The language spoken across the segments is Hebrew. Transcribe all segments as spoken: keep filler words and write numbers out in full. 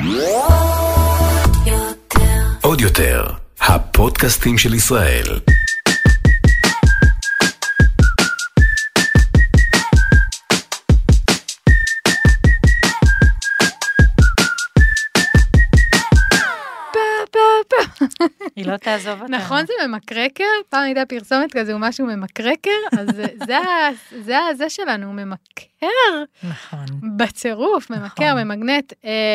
עוד יותר, הפודקאסטים של ישראל. היא לא תעזוב אותנו. נכון, זה ממקרקר, פעם הייתה פרסומת כזה, הוא משהו ממקרקר, אז זה זה שלנו, הוא ממקר. נכון. בצירוף, ממקר, ממגנט.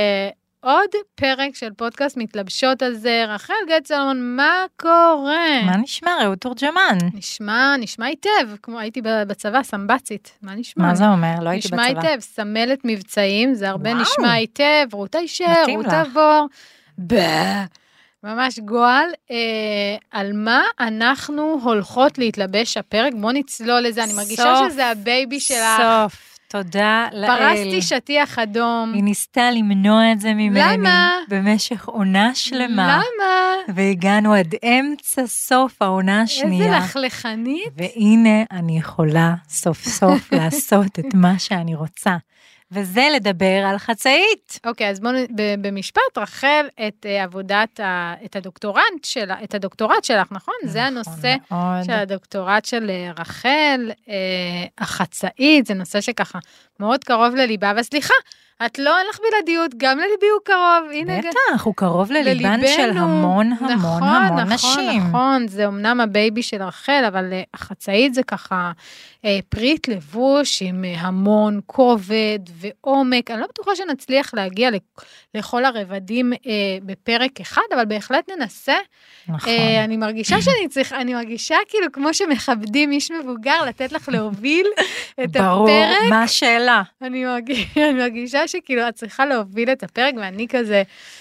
עוד פרק של פודקאסט מתלבשות על זה, רחל גד סלומון, מה קורה? מה נשמע, רעות תורג'מן? נשמע, נשמע היטב, כמו הייתי בצבא, סמבצית, מה נשמע? מה זה אומר? לא הייתי בצבא. נשמע היטב, סמלת מבצעים, זה הרבה נשמע היטב, רות הישר, רות עבור, באה. ממש גואל, אה, על מה אנחנו הולכות להתלבש הפרק, בוא נצלול לזה, אני מרגישה סוף, שזה הבייבי שלך. סוף, תודה לאל. פרסתי שטיח אדום. היא ניסתה למנוע את זה ממני. למה? במשך עונה שלמה. למה? והגענו עד אמצע סוף העונה השנייה. איזה לחלכנית. והנה אני יכולה סוף סוף לעשות את מה שאני רוצה. וזה לדבר על חצאית. אוקיי, אז בואו במשפט, רחל, את עבודת, את הדוקטורנט שלה, את הדוקטורט שלך, נכון? זה הנושא של הדוקטורט של רחל, החצאית, זה נושא שככה מאוד קרוב לליבה, וסליחה, את לא, אין לך בלעדיות, גם לליבי הוא קרוב, הנה. בטח, הוא קרוב לליבן של המון המון המון נשים. נכון, נכון, זה אמנם הבייבי של רחל, אבל החצאית זה ככה פריט לבוש עם המון כובד ועומק, אני לא בטוחה שנצליח להגיע לכל הרבדים בפרק אחד, אבל בהחלט ננסה. נכון. אני מרגישה שאני צריך, אני מרגישה כאילו כמו שמכבדים איש מבוגר, לתת לך להוביל את הפרק. ברור, מה השאלה? אני מרגישה שכאילו את צריכה להוביל את הפרק, ואני כזה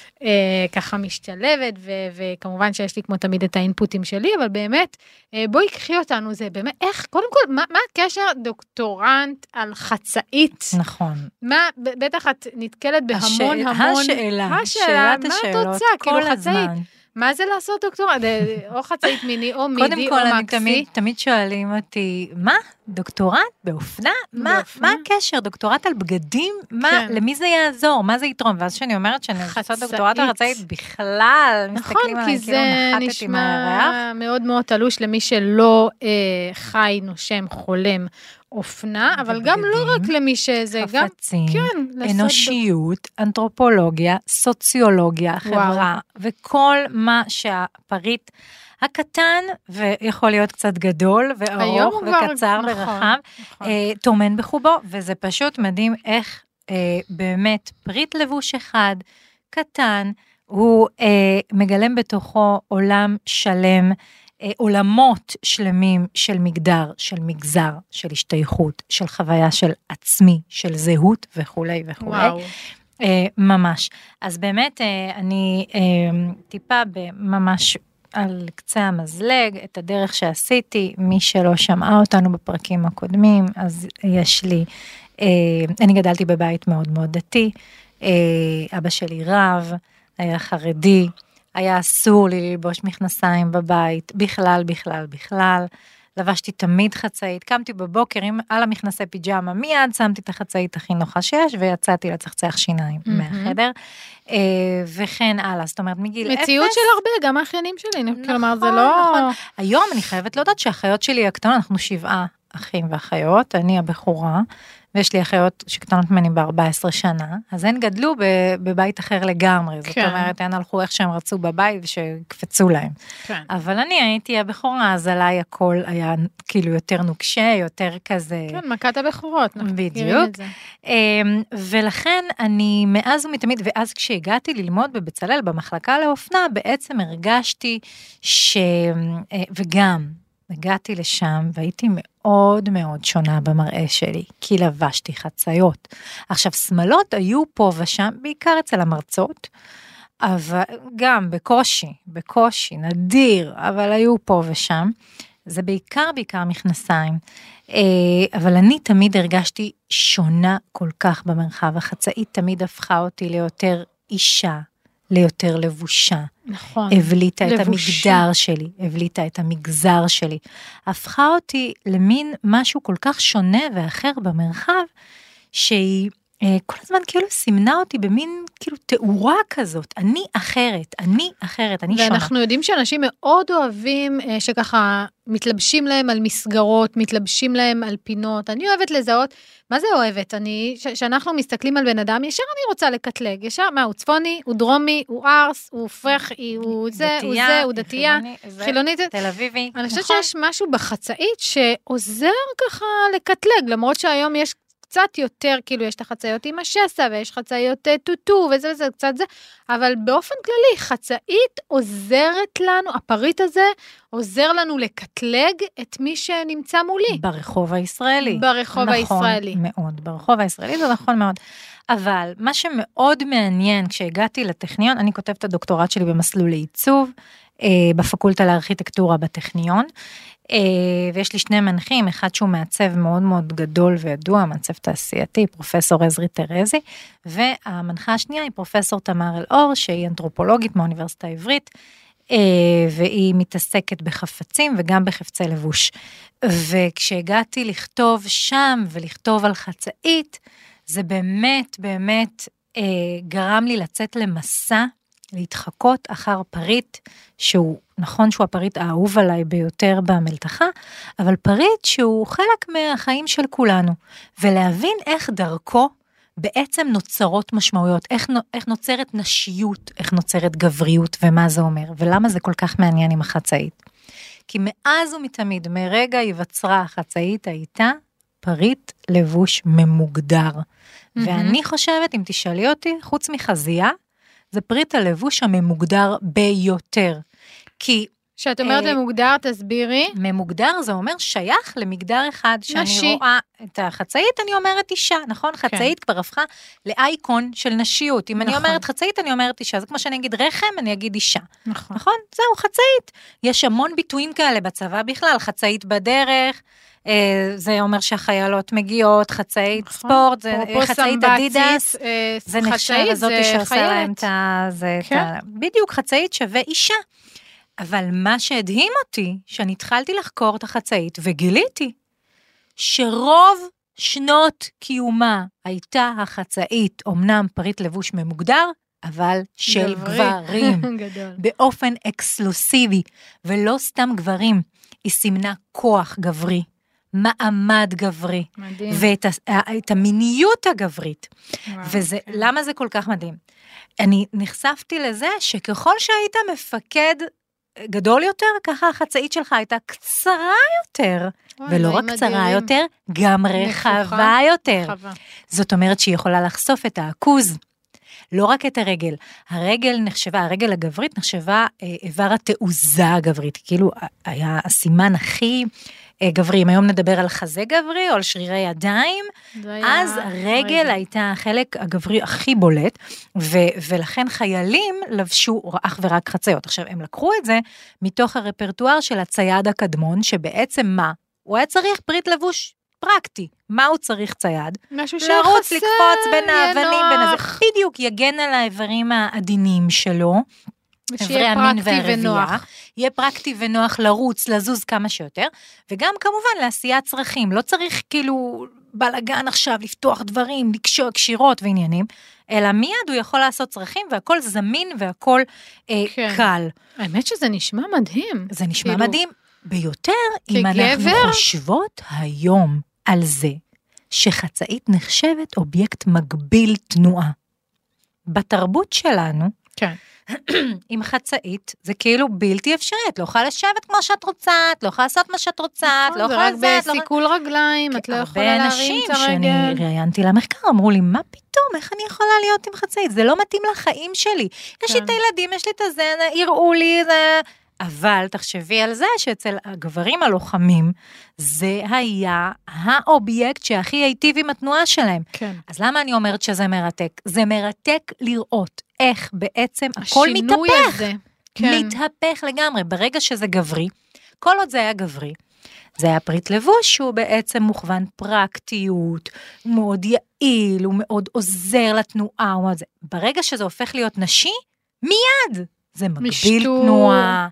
אה, ככה משתלבת, ו- וכמובן שיש לי כמו תמיד את האינפוטים שלי, אבל באמת, אה, בואי קחי אותנו, זה באמת, איך, קודם כל, מה, מה הקשר דוקטורנט על חצאית? נכון. מה, בטח את נתקלת בהמון השאל, המון, השאלה, מה השאלה, שאלת מה השאלות, התוצאה, כל כאילו הזמן. חצאית? מה זה לעשות דוקטורט? או חצאית מיני, או מידי, או מקסי? קודם כל, אני תמיד, תמיד שואלים אותי, מה? דוקטורט באופנה? מה, מה הקשר? דוקטורט על בגדים? מה, כן. למי זה יעזור? מה זה יתרום? ואז שאני אומרת שאני עושה דוקטורט על חצאית בכלל, נכון, מסתכלים עליי, כאילו נחתתי מהירח. כי זה נשמע מאוד מאוד תלוש למי שלא אה, חי, נושם, חולם, אופנה, אבל גם לא רק למי שזה, גם, כן, אנושיות, אנתרופולוגיה, סוציולוגיה, חברה, וכל מה שהפריט הקטן, ויכול להיות קצת גדול, וארוך וקצר ורחב, תומן בחובו, וזה פשוט מדהים איך באמת פריט לבוש אחד, קטן, הוא מגלם בתוכו עולם שלם, עולמות שלמים של מגדר, של מגזר, של השתייכות, של חוויה של עצמי, של זהות וכו' וכו'. וואו. ממש. אז באמת אני טיפה ממש על קצה המזלג, את הדרך שעשיתי, מי שלא שמעה אותנו בפרקים הקודמים, אז יש לי, אני גדלתי בבית מאוד מאוד דתי, אבא שלי רב, היה חרדי, היה אסור לי ללבוש מכנסיים בבית, בכלל, בכלל, בכלל, לבשתי תמיד חצאית, קמתי בבוקר עם, על המכנסי פיג'מה, מיד שמתי את החצאית הכי נוחה שיש, ויצאתי לצחצח שיניים mm-hmm. מהחדר, אה, וכן הלאה, זאת אומרת, מגיל אפס. מציאות של הרבה, גם האחיינים שלי, נכון, כלומר, זה לא... נכון. היום אני חייבת להודות שהאחיות שלי הקטנות, אנחנו שבעה אחים ואחיות, אני הבחורה, ויש לי אחיות שקטנות ממני ב-ארבע עשרה שנה, אז הן גדלו בבית אחר לגמרי, זאת כן. אומרת, הן הלכו איך שהם רצו בבית, ושקפצו להם. כן. אבל אני הייתי הבחורה, אז עליי הכל היה כאילו יותר נוקשה, יותר כזה... כן, מכת הבחורות. בדיוק. ולכן אני מאז ומתמיד, ואז כשהגעתי ללמוד בבצלאל, במחלקה לאופנה, בעצם הרגשתי ש... וגם... הגעתי לשם והייתי מאוד מאוד שונה במראה שלי, כי לבשתי חצאיות. עכשיו, שמלות היו פה ושם, בעיקר אצל המרצות, אבל גם בקושי, בקושי, נדיר, אבל היו פה ושם. זה בעיקר, בעיקר מכנסיים. אבל אני תמיד הרגשתי שונה כל כך במרחב. החצאית תמיד הפכה אותי ליותר אישה, ליותר לבושה. נכון. הבליטה את המגדר שלי, הבליטה את המגזר שלי. הפכה אותי למין משהו כל כך שונה ואחר במרחב, שהיא כל הזמן כאילו סימנה אותי במין כאילו תאורה כזאת, אני אחרת, אני אחרת, אני שונה. ואנחנו יודעים שאנשים מאוד אוהבים שככה מתלבשים להם על מסגרות, מתלבשים להם על פינות, אני אוהבת לזהות, מה זה אוהבת? אני, שאנחנו מסתכלים על בן אדם, ישר אני רוצה לקטלג, ישר, מה, הוא צפוני, הוא דרומי, הוא ארס, הוא פרחי, הוא זה, הוא זה, הוא דתייה, חילונית, תל אביבי. אני חושבת שיש משהו בחצאית שעוזר ככה לקטלג, למרות שהיום יש קצת יותר, כאילו יש את החצאיות עם השסע, ויש חצאיות טוטו, וזה וזה, קצת זה, אבל באופן כללי, חצאית עוזרת לנו, הפריט הזה עוזר לנו לקטלג את מי שנמצא מולי. ברחוב הישראלי. ברחוב נכון הישראלי. נכון מאוד, ברחוב הישראלי זה נכון מאוד. אבל מה שמאוד מעניין, כשהגעתי לטכניון, אני כותבת את הדוקטורט שלי במסלול לעיצוב, בפקולטה לארכיטקטורה בטכניון, ויש לי שני מנחים, אחד שהוא מעצב מאוד מאוד גדול וידוע, מעצב תעשייתי, פרופסור עזרי טרזי, והמנחה השנייה היא פרופסור תמר אלאור, שהיא אנתרופולוגית מהאוניברסיטה העברית, והיא מתעסקת בחפצים וגם בחפצי לבוש. וכשהגעתי לכתוב שם ולכתוב על חצאית, זה באמת באמת גרם לי לצאת למסע, להתחקות אחר פריט שהוא, נכון שהוא הפריט האהוב עליי ביותר במלתחה, אבל פריט שהוא חלק מהחיים של כולנו, ולהבין איך דרכו בעצם נוצרות משמעויות, איך, איך נוצרת נשיות, איך נוצרת גבריות, ומה זה אומר, ולמה זה כל כך מעניין עם החצאית. כי מאז ומתמיד, מרגע היווצרה החצאית הייתה, פריט לבוש ממוגדר. Mm-hmm. ואני חושבת, אם תשאלי אותי, חוץ מחזייה, זה פריט הלבוש הממוגדר ביותר. כי... שאת אומרת אה, ממוגדר, תסבירי. ממוגדר זה אומר שייך למגדר אחד, שאני נשי. רואה את החצאית, אני אומרת אישה, נכון? כן. חצאית כבר הפכה לאייקון של נשיות. אם נכון. אני אומרת חצאית, אני אומרת אישה. זה כמו שאני אגיד רחם, אני אגיד אישה. נכון. נכון? זהו, חצאית. יש המון ביטויים כאלה בצבא בכלל, חצאית בדרך, זה אומר שהחיילות מגיעות, חצאית נכון. ספורט, זה חצאית אדידס, אה, זה נחשב, זאתי שעושה להם את זה, כן. בדיוק חצאית שווה אישה. אבל מה שהדהים אותי, שאני התחלתי לחקור את החצאית, וגיליתי שרוב שנות קיומה הייתה החצאית, אמנם פריט לבוש ממוגדר, אבל של גברים, באופן אקסקלוסיבי, ולא סתם גברים, היא סימנה כוח גברי, מעמד גברי, מדהים. ואת את המיניות הגברית, וואו, וזה, כן. למה זה כל כך מדהים? אני נחשפתי לזה שככל שהיית מפקד גדול יותר, ככה החצאית שלך הייתה קצרה יותר, וואי, ולא רק מדהים. קצרה יותר, גם רחבה יותר. רחבה. זאת אומרת שהיא יכולה לחשוף את העכוז, לא רק את הרגל. הרגל נחשבה, הרגל הגברית נחשבה איבר התעוזה הגברית, כאילו היה הסימן הכי גברי. אם היום נדבר על חזה גברי או על שרירי ידיים, אז הרגל רגל. הייתה החלק הגברי הכי בולט, ו- ולכן חיילים לבשו אך ורק חצאיות. עכשיו, הם לקחו את זה מתוך הרפרטואר של הצייד הקדמון, שבעצם מה? הוא היה צריך פריט לבוש פרקטי. מה הוא צריך צייד? משהו לרוץ, לקפוץ בין האבנים, בין הזה. בדיוק יגן על האיברים העדינים שלו, שיהיה פרקטי ונוח. יהיה פרקטי ונוח לרוץ, לזוז כמה שיותר, וגם כמובן לעשיית צרכים. לא צריך כאילו בלגן עכשיו, לפתוח דברים, לקשור קשירות ועניינים, אלא מיד הוא יכול לעשות צרכים, והכל זמין והכל אה, כן. קל. האמת שזה נשמע מדהים. זה נשמע כאילו... מדהים ביותר, אם אנחנו חושבות היום על זה, שחצאית נחשבת אובייקט מגביל תנועה. בתרבות שלנו, כן. עם חצאית, זה כאילו בלתי אפשרי, את לא יכולה לשבת כמו שאת רוצה, את לא יכולה לעשות מה שאת רוצה, את לא יכולה לזה. זה רק בסיכול רגליים, את לא יכולה להרים את הרגל. הרבה אנשים שאני ראיינתי למחקר, אמרו לי, מה פתאום, איך אני יכולה להיות עם חצאית? זה לא מתאים לחיים שלי. יש לי את הילדים, יש לי את הזה, יראו לי, זה... אבל תחשבי על זה שאצל הגברים הלוחמים, זה היה האובייקט שהכי היטיב עם התנועה שלהם. כן. אז למה אני אומרת שזה מרתק? זה מרתק לראות איך בעצם הכל מתהפך. הזה. כן. מתהפך לגמרי. ברגע שזה גברי, כל עוד זה היה גברי, זה היה פריט לבוש שהוא בעצם מוכוון פרקטיות, הוא מאוד יעיל, הוא מאוד עוזר לתנועה, הוא מאוד זה. ברגע שזה הופך להיות נשי, מיד! זה מגביל משטור. תנועה,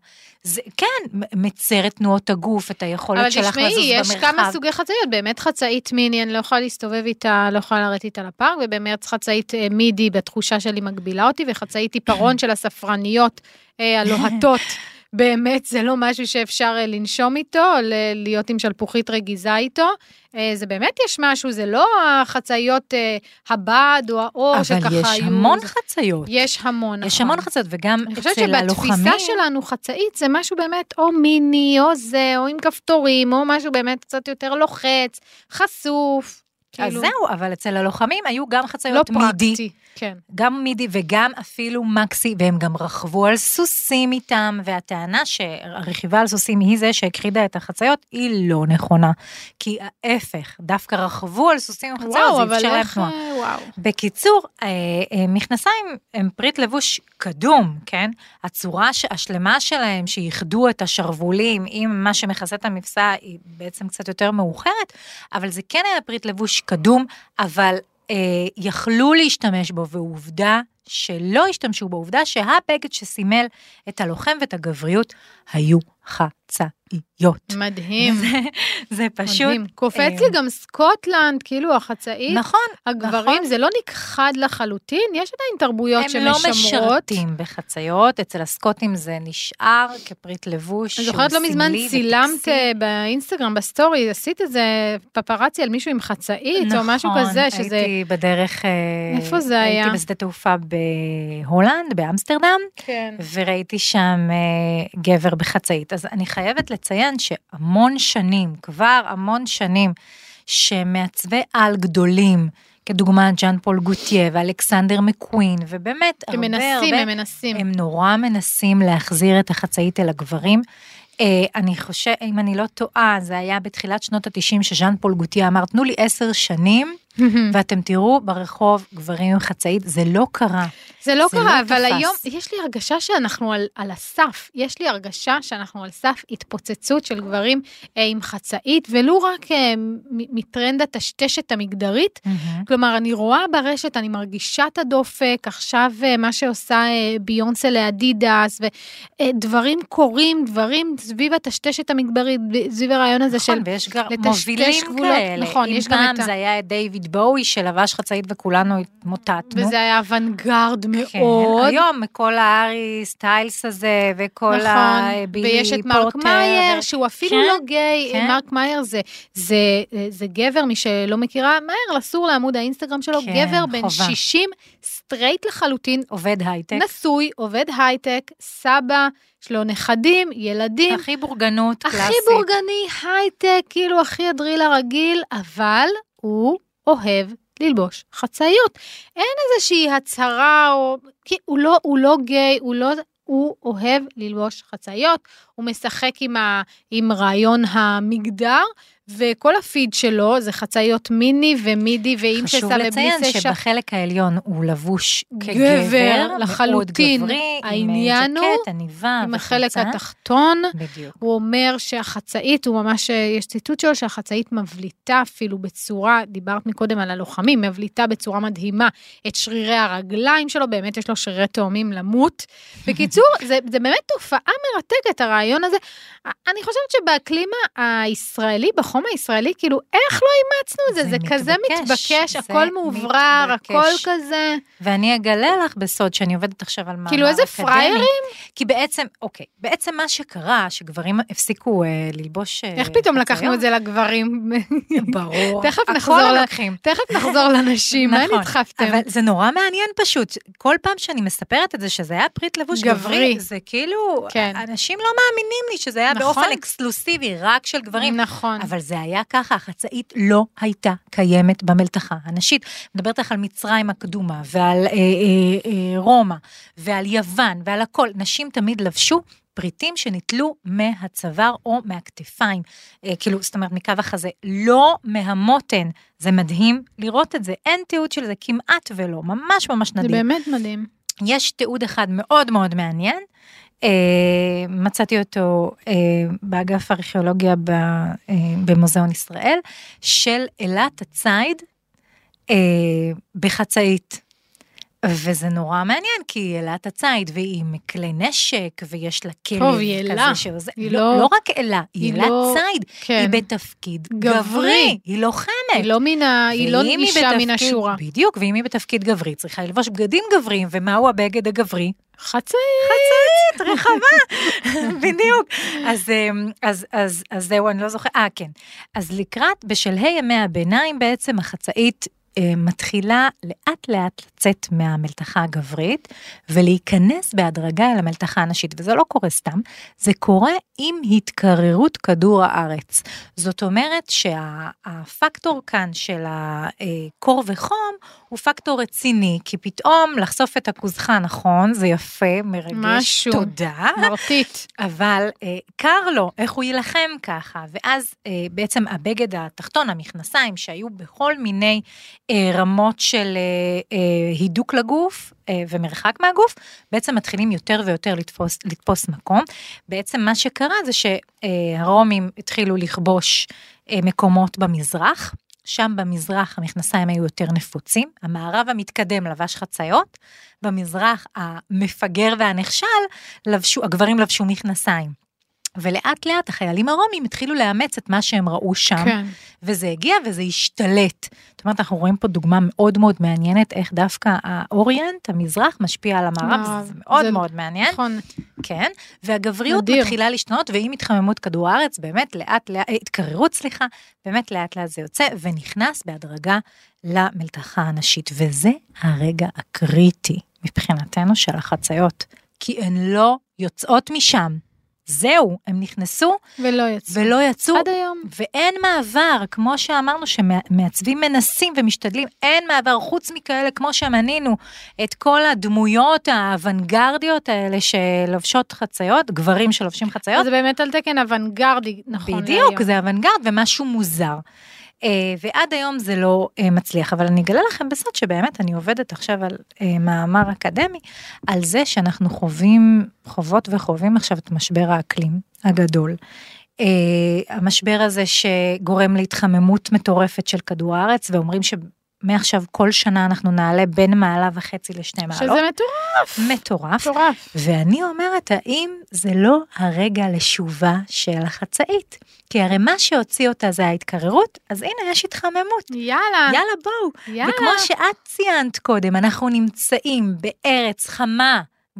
זה, כן, מצר את תנועות הגוף, את היכולת שלך לזוז במרחב. אבל תשמעי, יש כמה סוגי חצאיות, באמת חצאית מיני, אני לא יכולה להסתובב איתה, לא יכולה לרדת איתה לפארק, ובאמת חצאית מידי, בתחושה שלי מגבילה אותי, וחצאית עיפרון של הספרניות הלוהטות, באמת זה לא משהו שאפשר לנשום איתו, או להיות עם שלפוחית רגיזה איתו, זה באמת יש משהו, זה לא החצאיות הבד או האור שככה היו. אבל יש המון חצאיות. יש המון. יש המון חצאיות, וגם אצל הלוחמים. אני חושבת שבתפיסה שלנו חצאית זה משהו באמת או מיני, או זה, או עם כפתורים, או משהו באמת קצת יותר לוחץ, חשוף. אז זהו, אבל אצל הלוחמים היו גם חצאיות מידי, כן. גם מידי וגם אפילו מקסי, והם גם רכבו על סוסים איתם, והטענה שהרכיבה על סוסים היא זה שהכחידה את החצאיות, היא לא נכונה, כי ההפך, דווקא רכבו על סוסים עם חצאיות, זה אפשר להם תנועה. בקיצור, מכנסיים הם פריט לבוש קדום, כן? הצורה השלמה שלהם, שיחדו את השרבולים עם מה שמכסה את המפסע, היא בעצם קצת יותר מאוחרת, אבל זה כן היה פריט לבוש קדום, אבל אה, יכלו להשתמש בו, ועובדה שלא השתמשו בו, עובדה שהבגד שסימל את הלוחם ואת הגבריות, היו חצאיות. מדהים. זה, זה פשוט. מדהים. קופץ לי גם סקוטלנד, כאילו החצאית. נכון. הגברים, נכון. זה לא נכחד לחלוטין, יש עדיין תרבויות שמשמרות. הם לא משרתים בחצאיות, אצל הסקוטים זה נשאר כפריט לבוש. אני זוכרת לא מזמן צילמת באינסטגרם, בסטורי, עשית איזה פפרצי על מישהו עם חצאית, נכון, או משהו כזה. שזה... הייתי בדרך... איפה זה היה? הייתי בשדה תעופה בהולנד, באמסטרדם, כן. וראיתי שם גבר בחצאית. אז אני חייבת לציין שהמון שנים, כבר המון שנים, שמעצבי על גדולים, כדוגמת ז'אן פול גוטייה ואלכסנדר מקווין, ובאמת הרבה מנסים, הרבה, הם מנסים. הם נורא מנסים להחזיר את החצאית אל הגברים. אני חושב, אם אני לא טועה, זה היה בתחילת שנות ה-תשעים, שז'אן פול גוטייה אמר, תנו לי עשר שנים, ואתם תראו ברחוב גברים עם חצאית, זה לא קרה. זה לא קרה, אבל היום יש לי הרגשה שאנחנו על, על הסף, יש לי הרגשה שאנחנו על סף התפוצצות של גברים אה, עם חצאית, ולא רק אה, מטרנד הטשטשת המגדרית, mm-hmm. כלומר, אני רואה ברשת, אני מרגישה את הדופק, עכשיו אה, מה שעושה אה, ביונסה לאדידס, ודברים אה, קורים, דברים סביב הטשטשת המגדרית, סביב הרעיון הזה נכון, של ויש גם מובילים כאלה, נכון, יש גם את זה היה דיוויד בואי שלבש חצאית וכולנו התמוטטנו. וזה היה אוונגרד מאוד. היום כל הארי סטיילס הזה וכל הבילי פוטר. ויש את מרק מאייר שהוא אפילו לא גיי. מרק מאייר זה גבר, מי שלא מכירה, מאייר לסור לעמוד האינסטגרם שלו, גבר בן שישים, סטרייט לחלוטין. עובד הייטק. נשוי, עובד הייטק, סבא, יש לו נכדים, ילדים. הכי בורגנות קלאסית. הכי בורגני, הייטק, כאילו הכי הדריל הרגיל, אבל הוא אוהב ללבוש חצאיות. אין איזושהי הצהרה, או... כי הוא לא, הוא לא גיי, הוא לא... הוא אוהב ללבוש חצאיות, הוא משחק עם, ה... עם רעיון המגדר, וכל הפיד שלו זה חצאיות מיני ומידי, ואם שסה לבלי חשוב לציין שבחלק העליון הוא לבוש כגבר, לחלוטין. מאוד גברי, העניין עם הוא, ג'קט, עניבה עם החלק התחתון, בדיוק. הוא אומר שהחצאית, הוא ממש, יש ציטוט שלו, שהחצאית מבליטה אפילו בצורה, דיברת מקודם על הלוחמים, מבליטה בצורה מדהימה את שרירי הרגליים שלו, באמת יש לו שרירי תאומים למות. בקיצור, זה, זה באמת תופעה מרתקת, הרעיון הזה. אני חושבת שבאקלים הישראלי, בחום הישראלי, כאילו, איך לא אימצנו את זה? זה, זה כזה מתבקש, הכל מעוברר, הכל כזה. ואני אגלה לך בסוד, שאני עובדת עכשיו על מאמר כאילו, איזה פריירים? כי בעצם, אוקיי, בעצם מה שקרה, שגברים הפסיקו אה, ללבוש... איך פתאום חצאיות? לקחנו את זה לגברים? ברור. תכף נחזור, תכף נחזור לנשים, מה נדחפתם? אבל זה נורא מעניין פשוט, כל פעם שאני מספרת את זה, שזה היה פריט לבוש גברי, גברי זה כאילו, כן. אנשים לא מאמינים לי, שזה היה נכון. באופן אקסקלוסיבי, רק של גברים. נכון. אבל זה היה ככה, החצאית לא הייתה קיימת במלתחה הנשית. מדברת לך על מצרים הקדומה, ועל אה, אה, אה, רומא, ועל יוון, ועל הכל. נשים תמיד לבשו פריטים שניטלו מהצוואר או מהכתפיים. אה, כאילו, זאת אומרת, מקו החזה, לא מהמותן. זה מדהים לראות את זה. אין תיעוד של זה כמעט ולא, ממש ממש נדיר. זה באמת מדהים. יש תיעוד אחד מאוד מאוד מעניין, Uh, מצאתי אותו uh, באגף הארכיאולוגיה ב, uh, במוזיאון ישראל, של אלת הציד uh, בחצאית. וזה נורא מעניין, כי היא אלת הציד, והיא מכלי נשק, ויש לה כלב טוב, היא אלה. שזה, היא לא, לא, לא רק אלה, היא, היא אלת לא, ציד, כן. היא בתפקיד גברי. גברי, היא לוחמת. היא לא, מינה, היא לא אישה בתפקיד, מן השורה. בדיוק, ואם היא בתפקיד גברי, צריכה ללבוש בגדים גבריים, ומהו הבגד הגברי? חצאית. חצאית, רחבה, בדיוק. אז, אז, אז, אז זהו, אני לא זוכר, אה, כן. אז לקראת, בשלהי ימי הביניים, בעצם החצאית מתחילה לאט לאט לצאת מהמלתחה הגברית, ולהיכנס בהדרגה אל המלתחה הנשית, וזה לא קורה סתם, זה קורה עם התקררות כדור הארץ. זאת אומרת שהפקטור כאן של הקור וחום, הוא פקטור רציני, כי פתאום לחשוף את הכוזך נכון, זה יפה, מרגש, משהו, תודה. מרתית. אבל אה, קר לו, איך הוא ילחם ככה, ואז אה, בעצם הבגד התחתון, המכנסיים, שהיו בכל מיני אה, רמות של אה, אה, הידוק לגוף, אה, ומרחק מהגוף, בעצם מתחילים יותר ויותר לתפוס, לתפוס מקום. בעצם מה שקרה זה שהרומים התחילו לכבוש אה, מקומות במזרח, שם במזרח המכנסיים היו יותר נפוצים, המערב המתקדם לבש חציות, במזרח המפגר והנכשל, לבשו, הגברים לבשו מכנסיים. ולאט לאט החיילים הרומים התחילו לאמץ את מה שהם ראו שם, כן. וזה הגיע וזה השתלט. זאת אומרת, אנחנו רואים פה דוגמה מאוד מאוד מעניינת, איך דווקא האוריינט, המזרח, משפיע על המערב, זה מאוד זה מאוד מעניין. נכון. כן, והגבריות נדיר. מתחילה להשתנות, ועם התחממות כדור הארץ, באמת לאט לאט, התקררות סליחה, באמת לאט לאט זה יוצא, ונכנס בהדרגה למלתחה הנשית, וזה הרגע הקריטי, מבחינתנו של החציות, כי הן לא יוצאות משם. זהו, הם נכנסו ולא יצאו. ולא יצאו. עד היום. ואין מעבר, כמו שאמרנו, שמעצבים מנסים ומשתדלים, אין מעבר, חוץ מכאלה, כמו שמנינו, את כל הדמויות האוונגרדיות האלה שלובשות חציות, גברים שלובשים חציות. זה באמת על תקן אוונגרדי, נכון. בדיוק, זה אוונגרד ומשהו מוזר. ועד היום זה לא מצליח, אבל אני אגלה לכם בסוד שבאמת אני עובדת עכשיו על מאמר אקדמי, על זה שאנחנו חווים, חוות וחווים עכשיו את משבר האקלים הגדול. המשבר הזה שגורם להתחממות מטורפת של כדור הארץ, ואומרים שמעכשיו כל שנה אנחנו נעלה בין מעלה וחצי לשני מעלות. שזה מטורף. מטורף. מטורף. ואני אומרת, האם זה לא הרגע לשובה של החצאית? כי הרי מה שהוציא אותה זה ההתקררות, אז הנה יש התחממות. יאללה. יאללה בואו. יאללה. וכמו שאת ציינת קודם, אנחנו נמצאים בארץ חמה,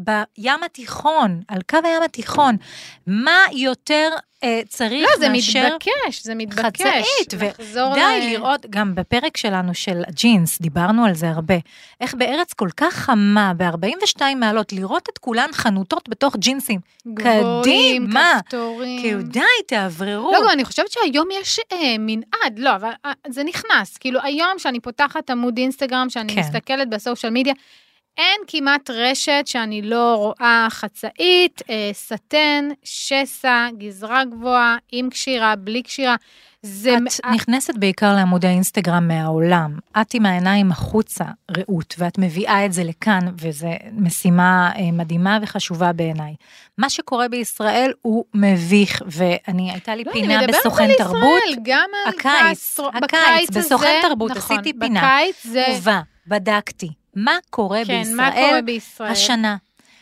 בים התיכון, על קו הים התיכון, מה יותר אה, צריך לא, זה מאשר מתבקש, זה מתבקש. חצאית, ודי ל... לראות, גם בפרק שלנו של הג'ינס, דיברנו על זה הרבה, איך בארץ כל כך חמה, ב-ארבעים ושתיים מעלות, לראות את כולן חנותות בתוך ג'ינסים. גבוהים, קדימה. כפתורים. כאילו די, תעברו. לא, אני חושבת שהיום יש אה, מנעד, לא, אבל אה, זה נכנס, כאילו היום שאני פותחת עמוד אינסטגרם, שאני כן. מסתכלת בסושיאל מדיה, אין כמעט רשת שאני לא רואה חצאית, אה, סטן, שסע, גזרה גבוהה, עם קשירה, בלי קשירה. זה... את נכנסת בעיקר לעמודי האינסטגרם מהעולם, את עם העיניים החוצה, ראות, ואת מביאה את זה לכאן, וזו משימה אה, מדהימה וחשובה בעיניי. מה שקורה בישראל הוא מביך, ואני הייתה לי לא, פינה בסוכן תרבות, גם הקיץ, על הקיץ, בסוכן הזה, תרבות, נכון, עשיתי פינה, בקיץ זה... ובה, בדקתי. מה קורה, כן, בישראל, מה קורה בישראל השנה.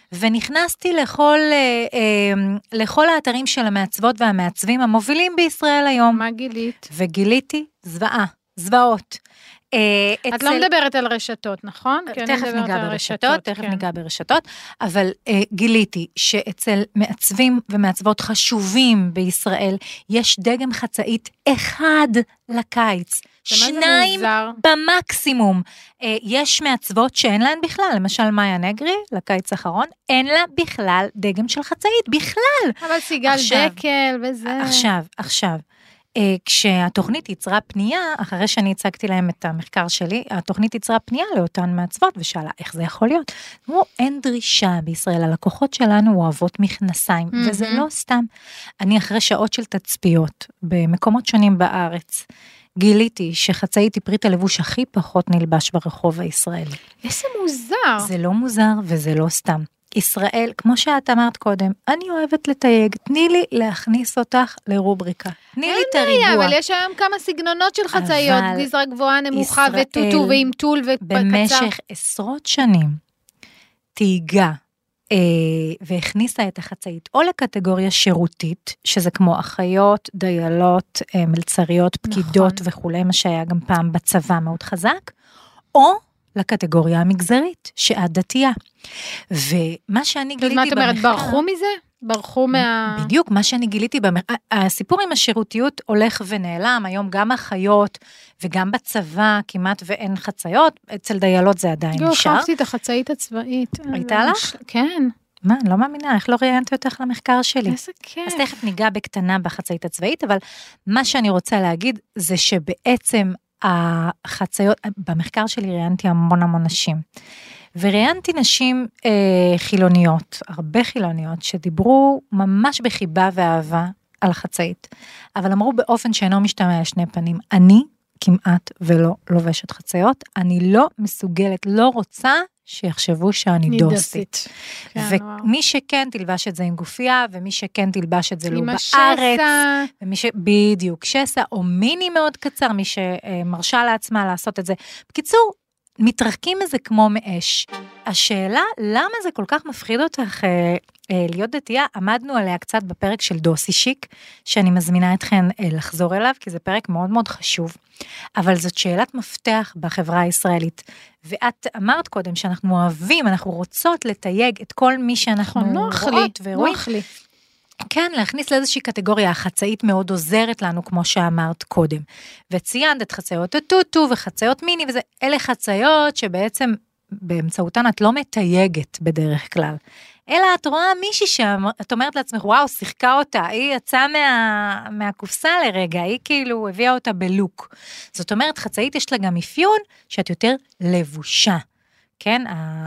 ונכנסתי לכל, אה, אה, לכל האתרים של המעצבות והמעצבים המובילים בישראל היום. מה גילית? וגיליתי זוועה, זוועות. אה, את אצל... לא מדברת על רשתות, נכון? תכף ניגע ברשתות, תכף כן. ניגע ברשתות, אבל אה, גיליתי שאצל מעצבים ומעצבות חשובים בישראל, יש דגם חצאית אחד לקיץ. שניים במקסימום. יש מעצבות שאין להן בכלל, למשל מאיה נגרי, לקיץ האחרון, אין לה בכלל דגם של חצאית, בכלל. אבל סיגל דקל וזה. עכשיו, עכשיו, כשהתוכנית יצרה פנייה, אחרי שאני הצגתי להם את המחקר שלי, התוכנית יצרה פנייה לאותן מעצבות, ושאלה איך זה יכול להיות. נו, אין דרישה בישראל, הלקוחות שלנו אוהבות מכנסיים, mm-hmm. וזה לא סתם. אני אחרי שעות של תצפיות, במקומות שונים בארץ, גיליתי שחצאית היא פריט הלבוש הכי פחות נלבש ברחוב הישראלי. איזה מוזר. זה לא מוזר וזה לא סתם. ישראל, כמו שאת אמרת קודם, אני אוהבת לתייג, תני לי להכניס אותך לרובריקה. תני לי את הריבוע. אין בעיה, אבל יש היום כמה סגנונות של חצאיות, גזרה גבוהה, נמוכה, וטוטו, ועם טול, וקצר. במשך עשרות שנים, תייגה, אה, והכניסה את החצאית, או לקטגוריה שירותית, שזה כמו אחיות, דיילות, אה, מלצריות, פקידות נכון. וכולי, מה שהיה גם פעם בצבא מאוד חזק, או לקטגוריה המגזרית, שאת דתייה. ומה שאני גיליתי במחקר... ומה את אומרת, ברחו מזה? ברחו מה... בדיוק, מה שאני גיליתי במחקר... הסיפור עם השירותיות הולך ונעלם, היום גם אחיות וגם בצבא כמעט ואין חצאיות, אצל דיילות זה עדיין נשאר. לא, חפתי את החצאית הצבאית. הייתה לך? כן. מה, לא מאמינה, איך לא ראיינתי אותך למחקר שלי? איזה כיף. אז תכף ניגע בקטנה בחצאית הצבאית, אבל מה שאני רוצה להגיד זה שבעצם החצאיות, במחקר שלי ראיינתי המון המון נשים, וראיינתי נשים אה, חילוניות, הרבה חילוניות, שדיברו ממש בחיבה ואהבה על החצאית, אבל אמרו באופן שאינו משתמע לשני פנים, אני כמעט ולא לובשת חצאיות, אני לא מסוגלת, לא רוצה שיחשבו שאני דוסית. ומי שכן תלבש את זה עם גופייה, ומי שכן תלבש את זה לא בארץ, ומי ש... בדיוק, שסע או מיני מאוד קצר, מי שמרשה לעצמה לעשות את זה. בקיצור, מתרחקים מזה כמו מאש. השאלה, למה זה כל כך מפחיד אותך אה, אה, להיות דתייה? עמדנו עליה קצת בפרק של דוסי שיק, שאני מזמינה אתכן אה, לחזור אליו, כי זה פרק מאוד מאוד חשוב. אבל זאת שאלת מפתח בחברה הישראלית. ואת אמרת קודם שאנחנו אוהבים, אנחנו רוצות לתייג את כל מי שאנחנו נוח רואות לי, ורואים. נוח לי. כן, להכניס לאיזושהי קטגוריה, החצאית מאוד עוזרת לנו, כמו שאמרת קודם. וציינת את חצאיות הטוטו וחצאיות מיני, וזה, אלה חצאיות שבעצם באמצעותן את לא מתייגת בדרך כלל. אלא את רואה מישהי שאת אומרת לעצמך, וואו, שיחקה אותה, היא יצאה מה, מהקופסה לרגע, היא כאילו הביאה אותה בלוק. זאת אומרת, חצאית יש לה גם אפיון שאת יותר לבושה. כן,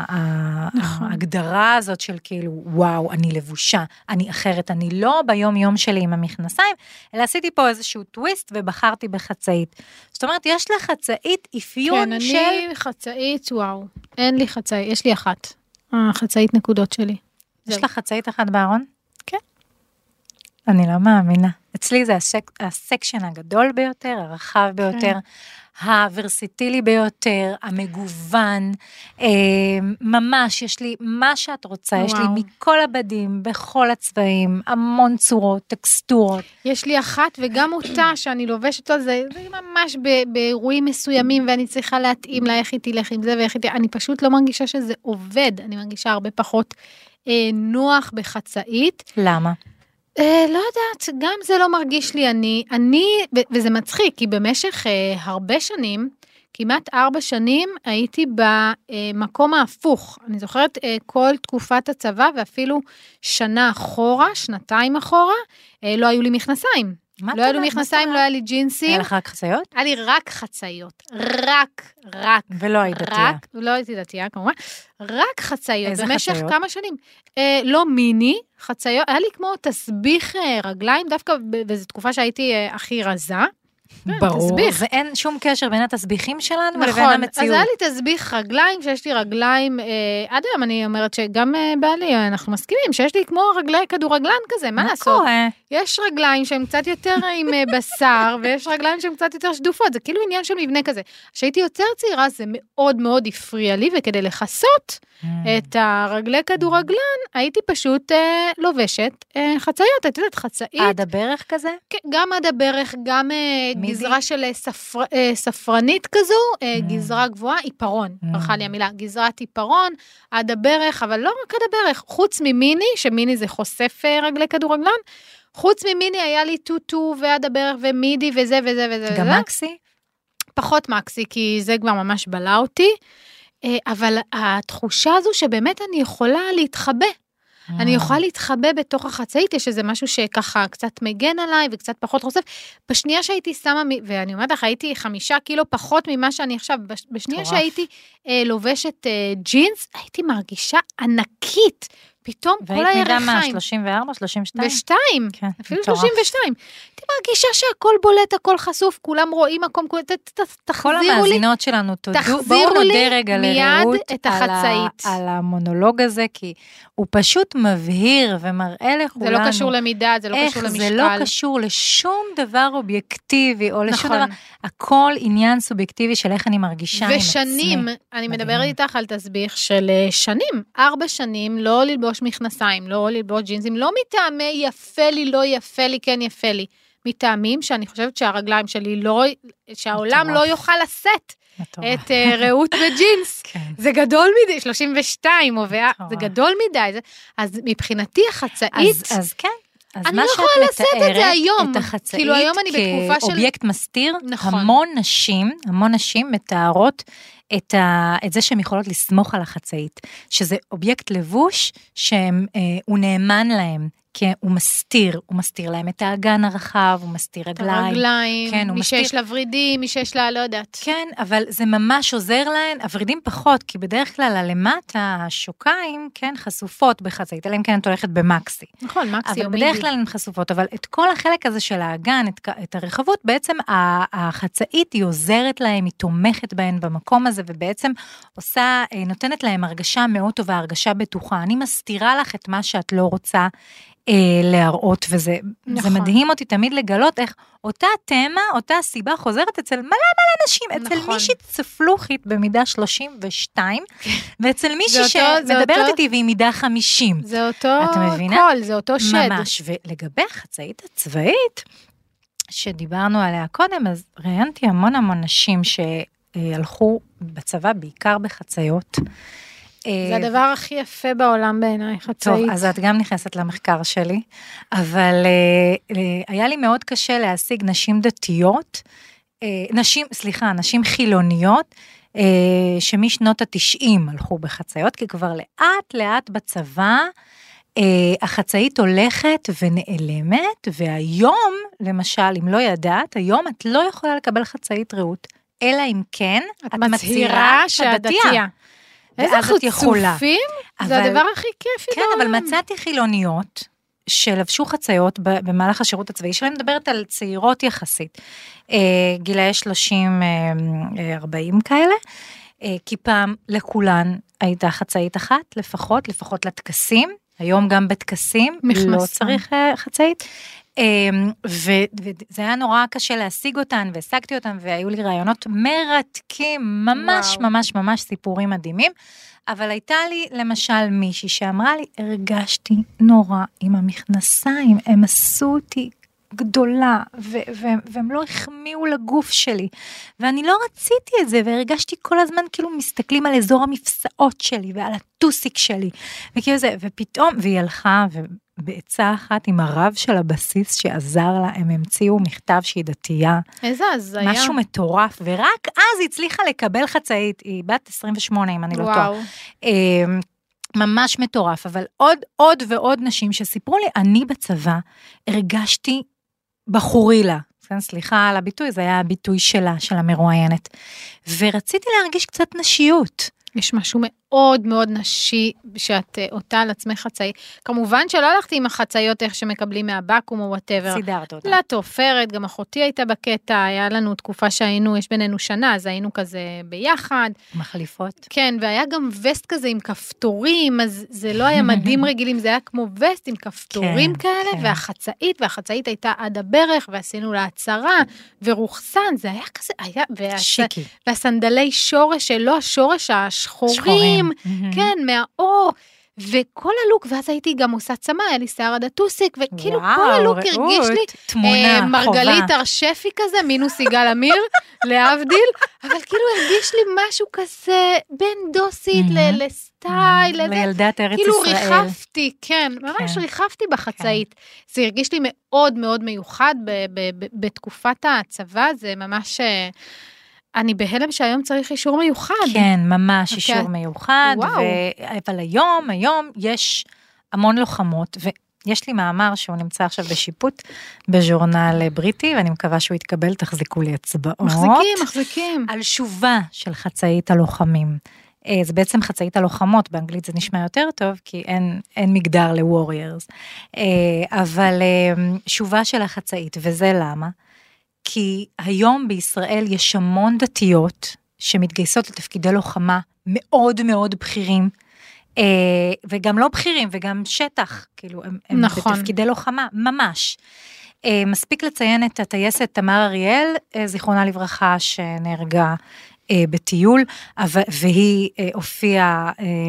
ההגדרה הזאת של כאילו, וואו, אני לבושה, אני אחרת, אני לא ביום יום שלי עם המכנסיים, אלא עשיתי פה איזשהו טוויסט ובחרתי בחצאית. זאת אומרת, יש לך חצאית אפיון של... כן, אני חצאית, וואו, אין לי חצאית, יש לי אחת, החצאית נקודות שלי. יש לך חצאית אחת בארון? כן. אני לא מאמינה. אצלי זה הסקשן הגדול ביותר, הרחב ביותר, הוורסיטילי ביותר, המגוון, ממש, יש לי מה שאת רוצה, יש לי מכל הבדים, בכל הצבעים, המון צורות, טקסטורות. יש לי אחת, וגם אותה שאני לובשת על זה, זה ממש באירועים מסוימים, ואני צריכה להתאים לה איך היא תלך עם זה, ואיך היא תלך, אני פשוט לא מרגישה שזה עובד, אני מרגישה הרבה פחות נוח בחצאית. למה? אה, לא יודעת, גם זה לא מרגיש לי, אני, אני, וזה מצחיק, כי במשך אה, הרבה שנים, כמעט ארבע שנים, הייתי במקום ההפוך. אני זוכרת אה, כל תקופת הצבא, ואפילו שנה אחורה, שנתיים אחורה, אה, לא היו לי מכנסיים. לא היו לי מכנסיים, לא היה לי ג'ינסים. היה לך רק חצאיות? היה לי רק חצאיות. רק, רק. ולא היית דתייה. רק, ולא הייתי דתייה, כמובן. רק חצאיות. איזה במשך חצאיות? כמה שנים. אה, לא מיני, חצאיות. היה לי כמו תסביך אה, רגליים, דווקא וזו תקופה שהייתי אה, הכי רזה. ברור, ואין שום קשר בין התסביכים שלנו נכון, לבין המציאות. אז היה לי תסביך רגליים, שיש לי רגליים, אה, עד היום אני אומרת שגם אה, בעלי, אנחנו מסכימים, שיש לי כמו רגלי כדורגלן כזה, מה, מה לעשות? קורה? יש רגליים שהן קצת יותר עם אה, בשר, ויש רגליים שהן קצת יותר שדופות, זה כאילו עניין של מבנה כזה. כשהייתי יותר צעירה, זה מאוד מאוד הפריע לי, וכדי לחסות mm. את הרגלי כדורגלן, הייתי פשוט אה, לובשת אה, חצאיות, את יודעת, חצאית. עד הברך כזה? כן, גם עד הברך, גם... אה, גזרה של ספר, ספרנית כזו, mm. גזרה גבוהה, עיפרון, ברכה mm. לי המילה, גזרת עיפרון, עד הברך, אבל לא רק עד הברך, חוץ ממיני, שמיני זה חושף רגלי כדורגלן, חוץ ממיני היה לי טוטו ועד הברך ומידי וזה וזה וזה. גם וזה. מקסי? פחות מקסי, כי זה כבר ממש בלה אותי, אבל התחושה הזו שבאמת אני יכולה להתחבא, אני יכולה להתחבא בתוך החצאית, יש איזה משהו שככה קצת מגן עליי, וקצת פחות חושף, בשנייה שהייתי שמה, ואני אומרת לך, הייתי חמישה קילו פחות ממה שאני עכשיו, בשנייה שהייתי אה, לובשת אה, ג'ינס, הייתי מרגישה ענקית, פתאום כל הירכיים. והיית מידה מה, שלושים וארבע, שלושים ושתיים? ושתיים, כן, אפילו מטורף. שלושים ושתיים. הייתי מרגישה שהכל בולט, הכל חשוף, כולם רואים מקום, ת, ת, תחזירו כל לי. המאזינות שלנו תודו, תחזירו לי רגע מיד לרעות את החצאית. על, ה, על המונולוג הזה, כי הוא פשוט מבהיר ומראה לכולנו. זה לא קשור למידה, זה לא קשור למשקל. איך זה לא קשור לשום דבר אובייקטיבי, או לשום נכון. דבר, הכל עניין סובייקטיבי של איך אני מרגישה עם עצמי. ושנים, אני מדברת איתך על תסביך של שנים, ארבע שנים, לא ללבוש מכנסיים, לא ללבוש ג'ינסים, לא מטעמי יפה לי, לא יפה לי, כן יפה לי, מטעמים שאני חושבת שהרגליים שלי לא, שהעולם לא יוכל לשאת את רעות וג'ינס. זה גדול מדי, שלושים ושתיים, זה גדול מדי, אז מבחינתי החצאית, אז כן. אז אני מה לא שאת יכולה לשאת את זה היום, את החצאית כאילו היום אני בתקופה של... כאובייקט מסתיר, נכון. המון נשים, המון נשים מתארות את, ה, את זה שהן יכולות לסמוך על החצאית, שזה אובייקט לבוש שהוא נאמן להם, כי הוא מסתיר, הוא מסתיר להם את האגן הרחב, הוא מסתיר רגליים. הרגליים, כן, מי מסתיר... שיש לה ורידים, מי שיש לה, לא יודעת. כן, אבל זה ממש עוזר להן, הורידים פחות, כי בדרך כלל הלמטה, השוקיים, כן, חשופות בחצאית, אלא אם כן את הולכת במקסי. נכון, מקסי או אבל מידי. בדרך כלל הן חשופות, אבל את כל החלק הזה של האגן, את, את הרחבות, בעצם החצאית היא עוזרת להם, היא תומכת בהן במקום הזה, ובעצם עושה, נותנת להם הרגשה מאוד טובה, הרגשה בטוחה. אני מסתירה לך את מה שאת לא רוצה, להראות, וזה נכון. זה מדהים אותי תמיד לגלות איך אותה תמה, אותה סיבה חוזרת אצל מלא מלא נשים, אצל נכון. מישהי צפלוחית במידה שלושים ושתיים, ואצל מישהי אותו, שמדברת אותו, איתי והיא מידה חמישים. זה אותו את מבינה? קול, זה אותו שד. ממש, ולגבי החצאית הצבאית, שדיברנו עליה קודם, אז ראיינתי המון המון נשים שהלכו בצבא, בעיקר בחצאיות, זה הדבר הכי יפה בעולם בעיניי, חצאית. טוב, אז את גם נכנסת למחקר שלי, אבל היה לי מאוד קשה להשיג נשים דתיות, נשים, סליחה, נשים חילוניות, שמשנות התשעים הלכו בחצאיות, כי כבר לאט לאט בצבא, החצאית הולכת ונעלמת, והיום, למשל, אם לא ידעת, היום את לא יכולה לקבל חצאית רעות, אלא אם כן, את מצהירה שהדתייה. איזה חצופים, זה הדבר הכי כיפי בעולם. כן, אבל מצאתי חילוניות שלבשו חצאיות במהלך השירות הצבאי שלהם, מדברת על צעירות יחסית, גילאי שלושים ארבעים כאלה, כי פעם לכולן הייתה חצאית אחת, לפחות, לפחות לתקסים, היום גם בתקסים, לא צריך חצאית, וזה היה נורא קשה להשיג אותן, והשגתי אותן, והיו לי רעיונות מרתקים, ממש ממש ממש סיפורים מדהימים, אבל הייתה לי למשל מישהי שאמרה לי, הרגשתי נורא עם המכנסיים, הם עשו אותי גדולה, והם לא החמיאו לגוף שלי, ואני לא רציתי את זה, והרגשתי כל הזמן כאילו מסתכלים על אזור המפסעות שלי, ועל הטוסיק שלי, וכאילו זה, ופתאום, והיא הלכה, ובעצה אחת עם הרב של הבסיס שעזר לה, הם המציאו מכתב שהיא דתייה. איזה אז היה? משהו מטורף, ורק אז היא הצליחה לקבל חצאית, היא בת עשרים ושמונה, אם אני לא טועה. ממש מטורף, אבל עוד, עוד ועוד נשים שסיפרו לי, אני בצבא הרגשתי בחורילה, סליחה על הביטוי, זה היה הביטוי שלה, של המרואיינת, ורציתי להרגיש קצת נשיות. יש משהו מאוד מאוד נשי, שאת אותה על עצמך חצאי, כמובן שלא הלכתי עם החצאיות איך שמקבלים מהבקום או whatever. סידרת אותה. לא תופרת, גם אחותי הייתה בקטע, היה לנו תקופה שהיינו, יש בינינו שנה, אז היינו כזה ביחד. מחליפות. כן, והיה גם וסט כזה עם כפתורים, אז זה לא היה מדים רגילים, זה היה כמו וסט עם כפתורים כן, כאלה, כן. והחצאית, והחצאית הייתה עד הברך, ועשינו לה הצרה, ורוחסן, זה היה כזה, היה, והס... שיקי. והסנדלי שורש, שלא השורש השחורים, כן, מהאור, וכל הלוק, ואז הייתי גם עושה צמא, היה לי שיער עד הטוסיק, וכאילו וואו, כל הלוק רעות, הרגיש לי, תמונה, אה, מרגלית חובה. ארשפי כזה, מינוס יגאל אמיר, להבדיל, אבל כאילו הרגיש לי משהו כזה, בין דוסית ל- לסטייל, לזה, לילדת ארץ כאילו ישראל. ריחפתי, כן, ממש כן. ריחפתי בחצאית, זה הרגיש לי מאוד מאוד מיוחד, ב- ב- ב- בתקופת הצבא, זה ממש... אה, אני בהלם שהיום צריך אישור מיוחד. כן, ממש okay. אישור מיוחד, ו... אבל היום, היום יש המון לוחמות, ויש לי מאמר שהוא נמצא עכשיו בשיפוט, בז'ורנל בריטי, ואני מקווה שהוא יתקבל, תחזיקו לי אצבעות. מחזיקים, מחזיקים. על שובה של חצאית הלוחמים. זה בעצם חצאית הלוחמות, באנגלית זה נשמע יותר טוב, כי אין, אין מגדר לווריירס. אבל שובה של החצאית, וזה למה? כי היום בישראל יש המון דתיות, שמתגייסות לתפקידי לוחמה מאוד מאוד בכירים, וגם לא בכירים, וגם שטח, כאילו, הם, הם נכון. בתפקידי לוחמה, ממש. מספיק לציין את הטייסת תמר אריאל, זיכרונה לברכה, שנהרגה בטיול, והיא הופיעה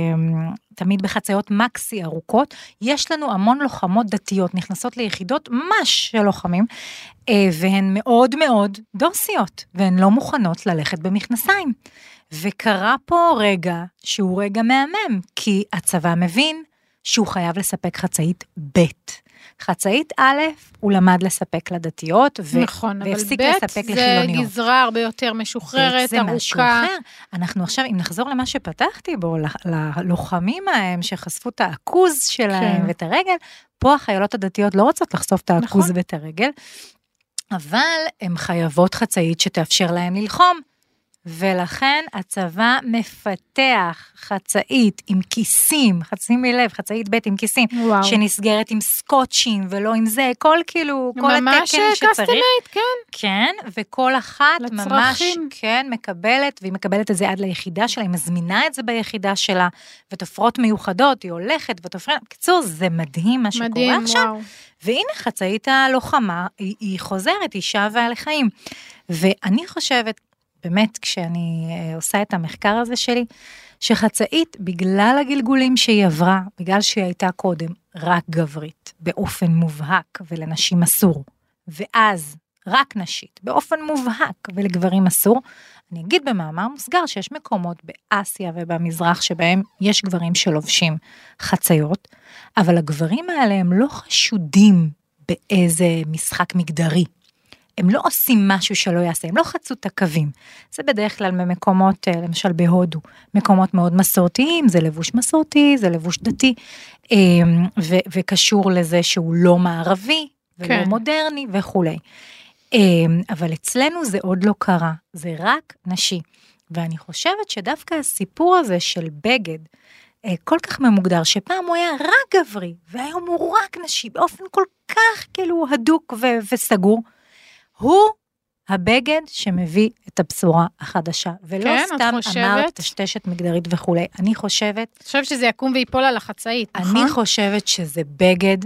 תמיד בחצאיות מקסי ארוכות. יש לנו המון לוחמות דתיות, נכנסות ליחידות ממש של לוחמים, והן מאוד מאוד דוסיות, והן לא מוכנות ללכת במכנסיים. וקרה פה רגע שהוא רגע מהמם, כי הצבא מבין שהוא חייב לספק חצאית ב'. חצאית א', הוא למד לספק לדתיות, ו- נכון, והפסיק אבל לספק ב' לחילוניות. זה גזרה הרבה יותר משוחררת, זה ארוכה. משהו אחר. אנחנו עכשיו, אם נחזור למה שפתחתי בו, ללוחמים ההם שחשפו את העכוז שלהם כן. ואת הרגל, פה החיילות הדתיות לא רוצות לחשוף את העכוז נכון. ואת הרגל, אבל הן חייבות חצאית שתאפשר להם ללחום, ולכן הצבא מפתח חצאית עם כיסים, חצאים מלב, חצאית ב' עם כיסים, וואו. שנסגרת עם סקוטשים ולא עם זה, כל כאילו, כל התקן שצריך. ממש קסטומייט, כן. כן, וכל אחת לצרכים. ממש, כן, מקבלת, והיא מקבלת את זה עד ליחידה שלה, היא מזמינה את זה ביחידה שלה, ותופרות מיוחדות, היא הולכת ותופרת, בקיצור, זה מדהים מה שקורה מדהים, עכשיו. וואו. והנה חצאית הלוחמה, היא, היא חוזרת, היא שווה לחיים. ואני חושבת, באמת, כשאני עושה את המחקר הזה שלי, שחצאית, בגלל הגלגולים שהיא עברה, בגלל שהיא הייתה קודם רק גברית, באופן מובהק, ולנשים אסור, ואז רק נשית, באופן מובהק, ולגברים אסור, אני אגיד במאמר מוסגר, שיש מקומות באסיה ובמזרח, שבהם יש גברים שלובשים חצאיות, אבל הגברים האלה הם לא חשודים באיזה משחק מגדרי, הם לא עושים משהו שלא יעשה, הם לא חצו את הקווים. זה בדרך כלל במקומות, למשל בהודו, מקומות מאוד מסורתיים, זה לבוש מסורתי, זה לבוש דתי, ו- וקשור לזה שהוא לא מערבי, ולא כן. מודרני וכו'. אבל אצלנו זה עוד לא קרה, זה רק נשי. ואני חושבת שדווקא הסיפור הזה של בגד, כל כך ממוגדר, שפעם הוא היה רק גברי, והיום הוא רק נשי, באופן כל כך כאילו הדוק ו- וסגור, הוא הבגד שמביא את הבשורה החדשה, ולא כן, סתם אמרת תשתשת מגדרית וכו'. אני חושבת... אני חושבת שזה יקום ויפול על החצאית, נכון? אני חושבת שזה בגד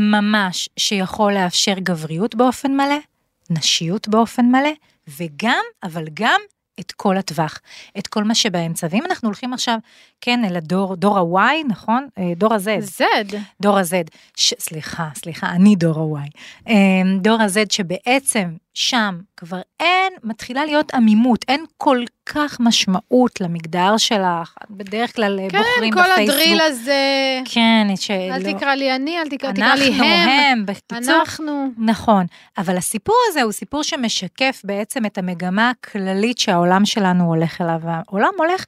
ממש שיכול לאפשר גבריות באופן מלא, נשיות באופן מלא, וגם, אבל גם את כל הטווח, את כל מה שבאמצע. ואם אנחנו הולכים עכשיו, כן, אל הדור, דור ה-Y, נכון? דור ה-Z. Z. דור ה-Z. ש... סליחה, סליחה, אני דור ה-Y. דור ה-Z שבעצם שם כבר אין, מתחילה להיות עמימות, אין כל כך משמעות למגדר שלך, בדרך כלל כן, בוחרים בפייסבוק. כן, כל הדריל הזה. כן, שלא. אל תקרא לי אני, אל תקרא, תקרא לי הם. הם, בקיצור. אנחנו. נכון, אבל הסיפור הזה הוא סיפור שמשקף בעצם את המגמה הכללית שהעולם שלנו הולך אליו, והעולם הולך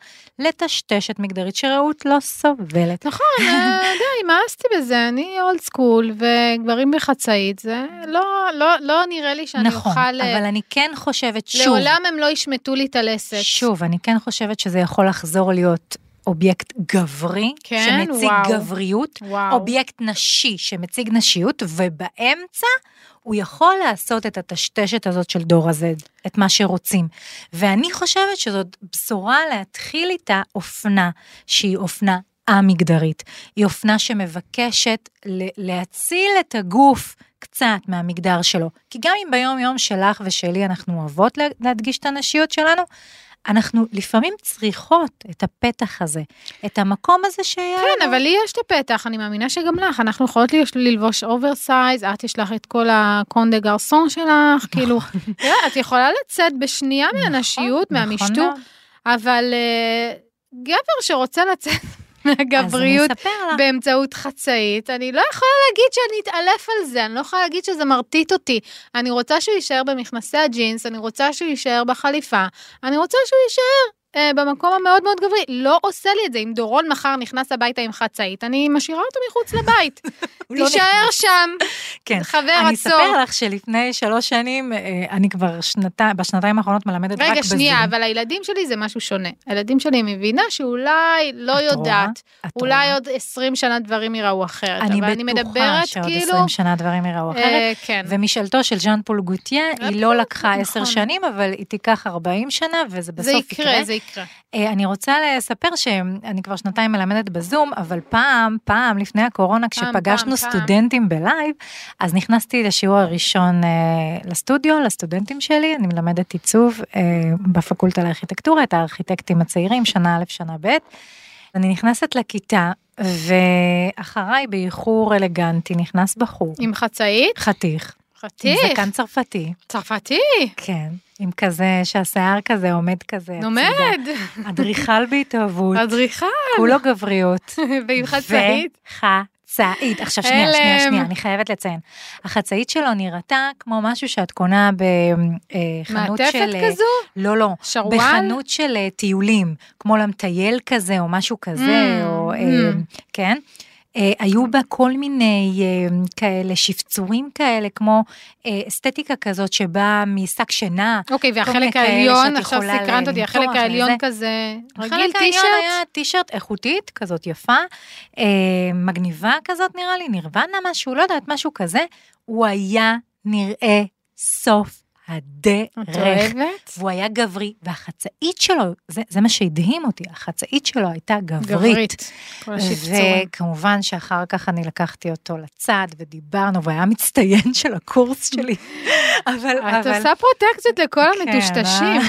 לטשטשת מגדרית שראות לא סובלת. נכון, די, מאסתי בזה, אני אולד סקול, וגברים בחצאית, זה לא, לא, לא נראה לי שאני נכון, אוכל... אבל אני כן חושבת שוב... לעולם הם לא ישמטו לי את הלסת. שוב, אני כן חושבת שזה יכול לחזור להיות אובייקט גברי, כן, שמציג וואו. גבריות, וואו. אובייקט נשי שמציג נשיות, ובאמצע הוא יכול לעשות את הטשטשת הזאת של דור הזד, את מה שרוצים. ואני חושבת שזאת בשורה להתחיל איתה אופנה, שהיא אופנה המגדרית. היא אופנה שמבקשת להציל את הגוף קצת מהמגדר שלו. כי גם אם ביום יום שלך ושלי אנחנו אוהבות להדגיש את הנשיות שלנו, אנחנו לפעמים צריכות את הפתח הזה, את המקום הזה שהיה... כן, אבל לי יש את הפתח, אני מאמינה שגם לך, אנחנו יכולות ללבוש אוברסייז, את יש לך את כל הקון דה גרסון שלך, כאילו, את יכולה לצאת בשנייה מהנשיות, מהמשטור, אבל גבר שרוצה לצאת מהגבריות באמצעות חצאית, אני לא יכולה להגיד שאני אתעלף על זה, אני לא יכולה להגיד שזה מרטיט אותי, אני רוצה שהוא יישאר במכנסי הג'ינס, אני רוצה שהוא יישאר בחליפה, אני רוצה שהוא יישאר במקום המאוד מאוד גברי, לא עושה לי את זה, אם דורון מחר נכנס הביתה עם חצאית, אני משאירה אותו מחוץ לבית, תישאר שם, כן. חבר אני עצור. אספר לך שלפני שלוש שנים, אני כבר שנתיים, בשנתיים האחרונות מלמדת רק בזום. רגע, שנייה, אבל הילדים שלי זה משהו שונה. הילדים שלי מבינה שאולי לא יודעת, אולי עוד עשרים שנה דברים יראו אחרת, אבל אני מדברת שעוד כאילו... עשרים שנה דברים יראו אחרת, כן. ומשאלתו של ז'אן פול גוטייה, היא לא לקחה עשר שנים, אבל היא תיקח ארבעים שנה, וזה בסוף יקרה. זה יקרה, זה יקרה. אני רוצה לספר שאני כבר שנתיים מלמדת בזום, אבל פעם, פעם לפני הקורונה, כשפגשנו סטודנטים בלייב, אז נכנסתי לשיעור הראשון לסטודיו, לסטודנטים שלי, אני מלמדת עיצוב בפקולטה לארכיטקטורה, את הארכיטקטים הצעירים, שנה א', שנה ב', אני נכנסת לכיתה, ואחריי באיחור אלגנטי נכנס בחור. עם חצאית? חתיך. חתיך? עם זקן צרפתי. צרפתי? כן. עם כזה שהשיער כזה עומד כזה. עומד. אדריכל בהתאהבות. אדריכל. כולו גבריות. ועם חצאית. וחצאית. עכשיו שנייה, שנייה, שנייה, אני חייבת לציין. החצאית שלו נראתה כמו משהו שאת קונה בחנות של... מעטפת כזו? לא, לא. שרוואל? בחנות של טיולים, כמו למטייל כזה, או משהו כזה, או... כן? היו בה כל מיני כאלה שפצורים כאלה, כמו אסתטיקה כזאת שבאה משק שינה. אוקיי, והחלק העליון, עכשיו סקרנת אותי, החלק העליון כזה, רגיל טישרט? היה טישרט איכותית, כזאת יפה, מגניבה כזאת נראה לי, נירוונה משהו, לא יודעת, משהו כזה, הוא היה נראה סוף הדרך. את אוהבת? והוא היה גברי, והחצאית שלו, זה, זה מה שהדהים אותי, החצאית שלו הייתה גברית. גברית, כל השפצורים. וכמובן שאחר כך אני לקחתי אותו לצד, ודיברנו, והוא היה מצטיין של הקורס שלי. אבל, את אבל... עושה פרוטקציות לכל המטושטשים.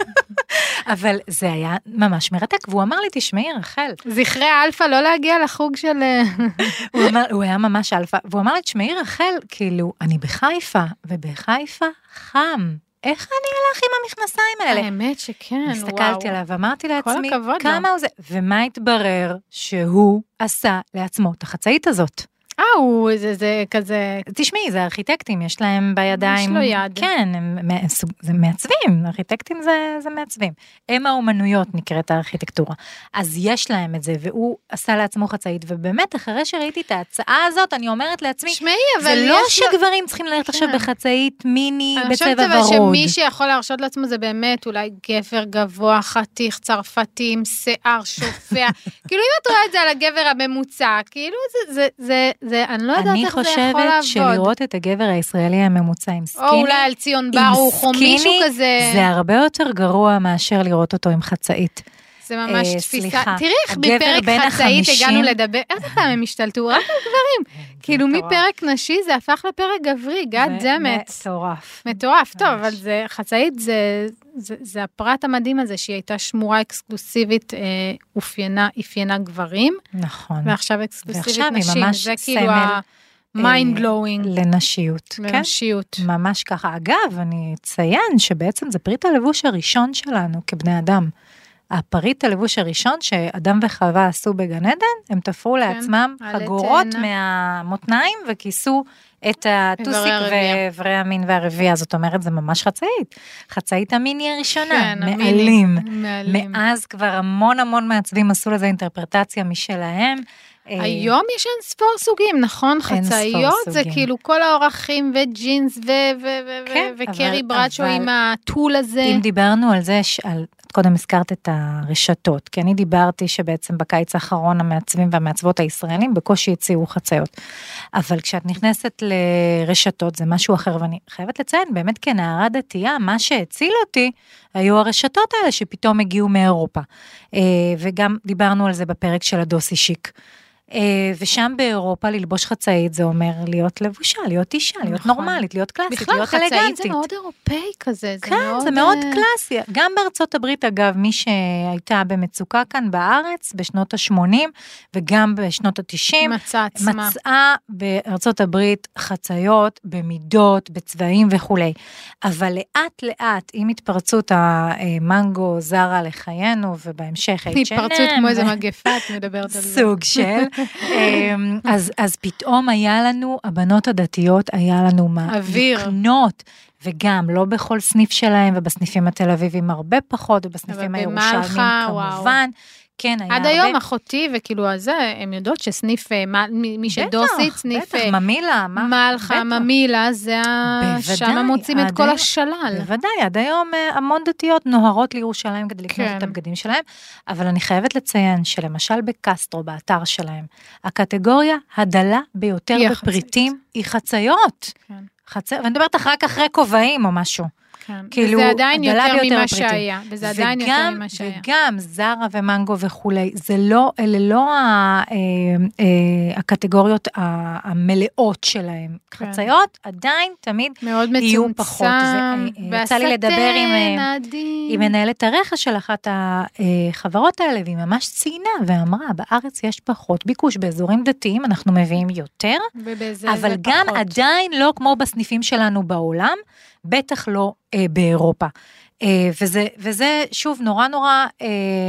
אבל זה היה ממש מרתק, והוא אמר לי, תשמעי רחל. זכרי אלפא, לא להגיע לחוג של... הוא, אמר, הוא היה ממש אלפא, והוא אמר לי, תשמעי רחל, כאילו, אני בחיפה, ובחיפה חם. איך אני אלך עם המכנסיים האלה? האמת שכן, וואו. הסתכלתי עליו, ואמרתי לעצמי, כמה הוא זה, ומה התברר שהוא עשה לעצמו את החצאית הזאת. אה, הוא, זה, זה כזה... תשמעי, זה ארכיטקטים, יש להם בידיים... יש לו יד. כן, הם, זה מעצבים, ארכיטקטים זה, זה מעצבים. הם האומנויות נקראת הארכיטקטורה. אז יש להם את זה, והוא עשה לעצמו חצאית, ובאמת, אחרי שראיתי את ההצעה הזאת, אני אומרת לעצמי, שמעי, אבל זה לא יש שגברים צריכים ללכת עכשיו בחצאית מיני בצבע ורוד. אני חושבת שמי שיכול להרשות לעצמו זה באמת אולי גבר גבוה, חתיך, צרפתי, עם שיער, שופע. כאילו אם את רואה את זה על הגבר הממוצע, כאילו זה, זה, זה, זה, אני לא יודעת איך זה יכול לעבוד. אני חושבת שלראות את הגבר הישראלי הממוצע עם סקיני, או אולי על ציון ברוך, או מישהו כזה. זה הרבה יותר גרוע מאשר לראות אותו עם חצאית. זה ממש תפיסה. תראי איך בפרק חצאית הגענו לדבר, איזה פעם הם השתלטו רק על גברים. כאילו מפרק נשי זה הפך לפרק גברי, God damn it. מטורף. מטורף, טוב, אבל חצאית זה הפרט המדהים הזה, שהיא הייתה שמורה אקסקלוסיבית, אופיינה גברים. נכון. ועכשיו אקסקלוסיבית נשים. זה כאילו מיינד בלואוינג. לנשיות. לנשיות. ממש ככה. אגב, אני אציין שבעצם זה פריט הלבוש הראשון שלנו כבני אדם. הפריט הלבוש הראשון שאדם וחווה עשו בגן עדן, הם תפרו לעצמם חגורות מהמותניים וכיסו את הטוסיק ואיברי המין והרבייה. זאת אומרת, זה ממש חצאית. חצאית המיני הראשונה, מעלים. מאז כבר המון המון מעצבים עשו לזה אינטרפרטציה משלהם. היום יש אין ספור סוגים, נכון? חצאיות זה כאילו כל האורחים וג'ינס וקרי ברצ'ו עם הטול הזה. אם דיברנו על זה, קודם הזכרת את הרשתות, כי אני דיברתי שבעצם בקיץ האחרון המעצבים והמעצבות הישראלים בקושי הציעו חצאיות. אבל כשאת נכנסת לרשתות זה משהו אחר, ואני חייבת לציין, באמת כנערה דתייה, מה שהציל אותי היו הרשתות האלה שפתאום הגיעו מאירופה. וגם דיברנו על זה בפרק של הדוסי שיק. ושם באירופה ללבוש חצאית זה אומר להיות לבושה, להיות אישה, להיות נורמלית, להיות קלאסית, להיות אלגנטית. בכלל חצאית זה מאוד אירופאי כזה. כן, זה מאוד קלאסי. גם בארצות הברית אגב, מי שהייתה במצוקה כאן בארץ בשנות ה-שמונים וגם בשנות ה-תשעים, מצאה בארצות הברית חצאיות במדות, בצבעים וכו'. אבל לאט לאט, עם התפרצות המנגו זרה לחיינו ובהמשך H and M. התפרצות כמו איזה מגפה, את מדברת על זה. סוג של. אז, אז פתאום היה לנו, הבנות הדתיות, היה לנו מה לקנות, וגם לא בכל סניף שלהם, ובסניפים התל אביבים הרבה פחות, ובסניפים הירושלמים כמובן, כן, היה עד היום אחותי, וכאילו הזה, הם יודעות שסניף, מי שדוסית, סניף ממילה, מלכה, ממילה, זה שם מוצאים את כל השלל. בוודאי, עד היום המון דתיות נוהרות לירושלים כדי לקנות את הבגדים שלהם, אבל אני חייבת לציין שלמשל בקסטרו, באתר שלהם, הקטגוריה הדלה ביותר בפריטים היא חציות. ואני מדברת רק אחרי כובעים או משהו. כאילו, וזה עדיין יותר ממה שהיה, וזה עדיין יותר ממה שהיה. וגם זרה ומנגו וכולי, זה לא, אלה לא הקטגוריות המלאות שלהם. חציות עדיין תמיד יהיו פחות. ויצא לי לדבר עם מנהלת הרכש של אחת החברות האלה, והיא ממש ציינה ואמרה, בארץ יש פחות ביקוש, באזורים דתיים אנחנו מביאים יותר, אבל גם עדיין לא כמו בסניפים שלנו בעולם, בטח לא אה, באירופה. אה, וזה, וזה שוב נורא נורא אה,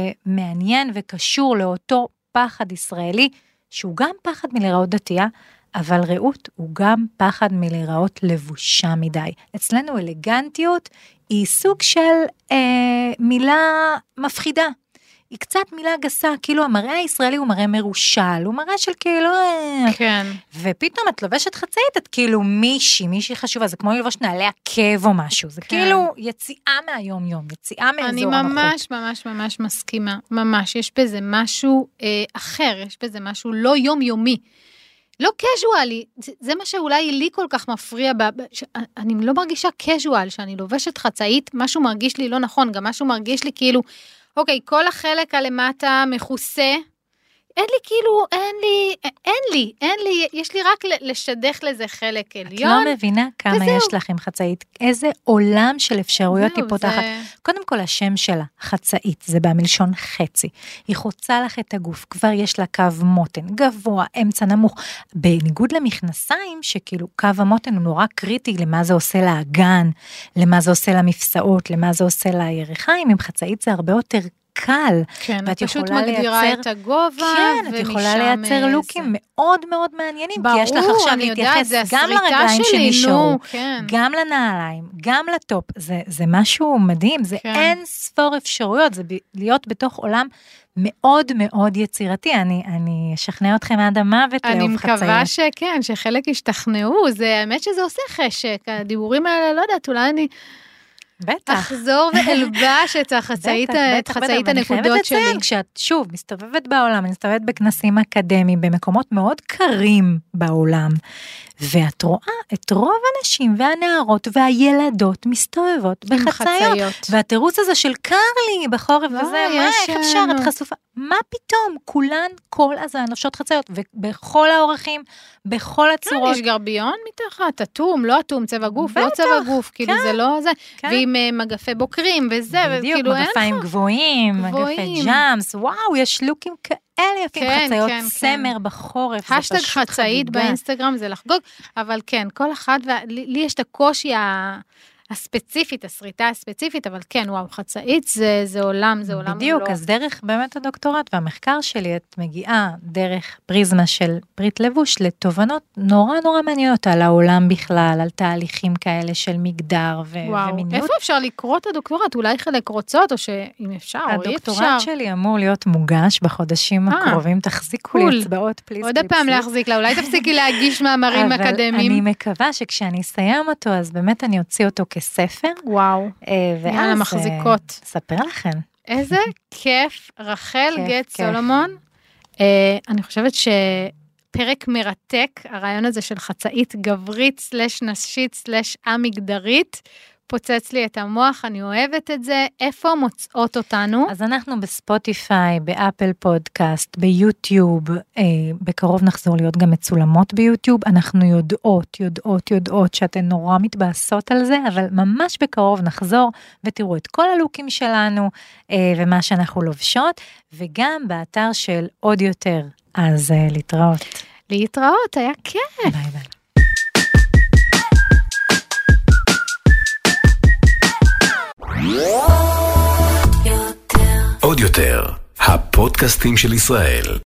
מעניין וקשור לאותו פחד ישראלי, שהוא גם פחד מלראות דתייה, אבל ראות הוא גם פחד מלראות לבושה מדי. אצלנו אלגנטיות היא סוג של אה, מילה מפחידה. היא קצת מילה גסה, כאילו המראה הישראלי הוא מראה מרושל, הוא מראה של כאילו... כן. ופתאום את לובשת חצאית, את כאילו מישהי, מישהי חשובה, זה כמו ללבוש נעלי עקב או משהו, זה כן. כאילו יציאה מהיום יום, יציאה מאזור אני המחות. ממש ממש ממש מסכימה, ממש, יש בזה משהו אה, אחר, יש בזה משהו לא יומיומי, לא קזואלי, זה, זה מה שאולי לי כל כך מפריע, ב, ש, אני לא מרגישה קזואל, שאני לובשת חצאית, משהו מרגיש לי לא נכון, גם משהו מרגיש לי כאילו, אוקיי, כל החלק הלמטה מכוסה, אין לי כאילו, אין לי, אין לי, אין לי, יש לי רק לשדך לזה חלק עליון. את לא מבינה כמה וזהו. יש לך עם חצאית, איזה עולם של אפשרויות היא פותחת. זה... קודם כל השם שלה, חצאית, זה במלשון חצי. היא חוצה לך את הגוף, כבר יש לה קו מותן, גבוה, אמצע נמוך. בניגוד למכנסיים, שכאילו קו המותן הוא נורא קריטי, למה זה עושה לאגן, למה זה עושה למפסעות, למה זה עושה לירכיים, עם חצאית זה הרבה יותר קל. כן, ואת פשוט מגדירה לייצר, את הגובה, כן, את יכולה לייצר לוקים זה... מאוד מאוד מעניינים, ברור, כי יש לך עכשיו להתייחס גם לרגליים שנשארו, כן. גם לנעליים, גם לטופ, זה, זה משהו מדהים, זה כן. אין ספור אפשרויות, זה ב, להיות בתוך עולם מאוד מאוד יצירתי, אני, אני אשכנע אתכם עד המוות לאהוב חצאיות. אני מקווה שכן, שחלק ישתכנעו, זה האמת שזה עושה חשק, הדיבורים האלה, לא יודעת, אולי אני... בטח. אחזור ואלבש את החצאית, את חצאית הנקודות שלי. לציין, כשאת שוב מסתובבת בעולם, אני מסתובבת בכנסים אקדמיים, במקומות מאוד קרים בעולם, ואת רואה את רוב הנשים והנערות והילדות מסתובבות בחצאיות, והתירוץ הזה של קר לי בחורף וזה, מה, איך אפשר, את חשופה, מה פתאום, כולן כל הזמן לובשות חצאיות, ובכל האורחים, בכל הצורות. יש גרביון מתחת, אטום, לא אטום, צבע גוף, לא צבע גוף, כאילו זה לא זה, ועם מגפי בוקרים וזה, בדיוק, מגפיים גבוהים, מגפי ג'אמס, וואו, יש לוקים כאלה יפים, חצאיות סמר בחורף, זה פשוט חגיגה. חצאית באינסטגרם זה לחגוג, אבל כן, כל אחד, לי יש את הקושי הספציפית, הסריטה הספציפית, אבל כן, וואו, חצאית זה, זה עולם, זה עולם בדיוק, לא... אז דרך באמת הדוקטורט והמחקר שלי, את מגיעה דרך פריזמה של ברית לבוש, לתובנות נורא נורא מעניינות על העולם בכלל, על תהליכים כאלה של מגדר ו- וואו, ומיניות. איפה אפשר לקרוא את הדוקטורט? אולי חלק רוצות, או שאם אפשר, או אי אפשר? הדוקטורט שלי אמור להיות מוגש בחודשים הקרובים, תחזיקו לי אצבעות, פליז. עוד הפעם להחזיק לה, אולי תפסיקי להגיש מאמרים אקדמיים. אני מקווה שכשאני אסיים אותו, אז באמת אני אוציא אותו כספר. וואו. ואז מחזיקות. ספר לכם. איזה כיף, רחל גט סולומון. אני חושבת שפרק מרתק, הרעיון הזה של חצאית גברית סלש נשית סלש א-מגדרית, פוצץ לי את המוח, אני אוהבת את זה. איפה מוצאות אותנו? אז אנחנו בספוטיפיי, באפל פודקאסט, ביוטיוב, אה, בקרוב נחזור להיות גם מצולמות ביוטיוב, אנחנו יודעות, יודעות, יודעות שאתן נורא מתבאסות על זה, אבל ממש בקרוב נחזור ותראו את כל הלוקים שלנו, אה, ומה שאנחנו לובשות, וגם באתר של עוד יותר, אז אה, להתראות. להתראות, היה כיף. ביי ביי. עוד יותר, הפודקאסטים של ישראל.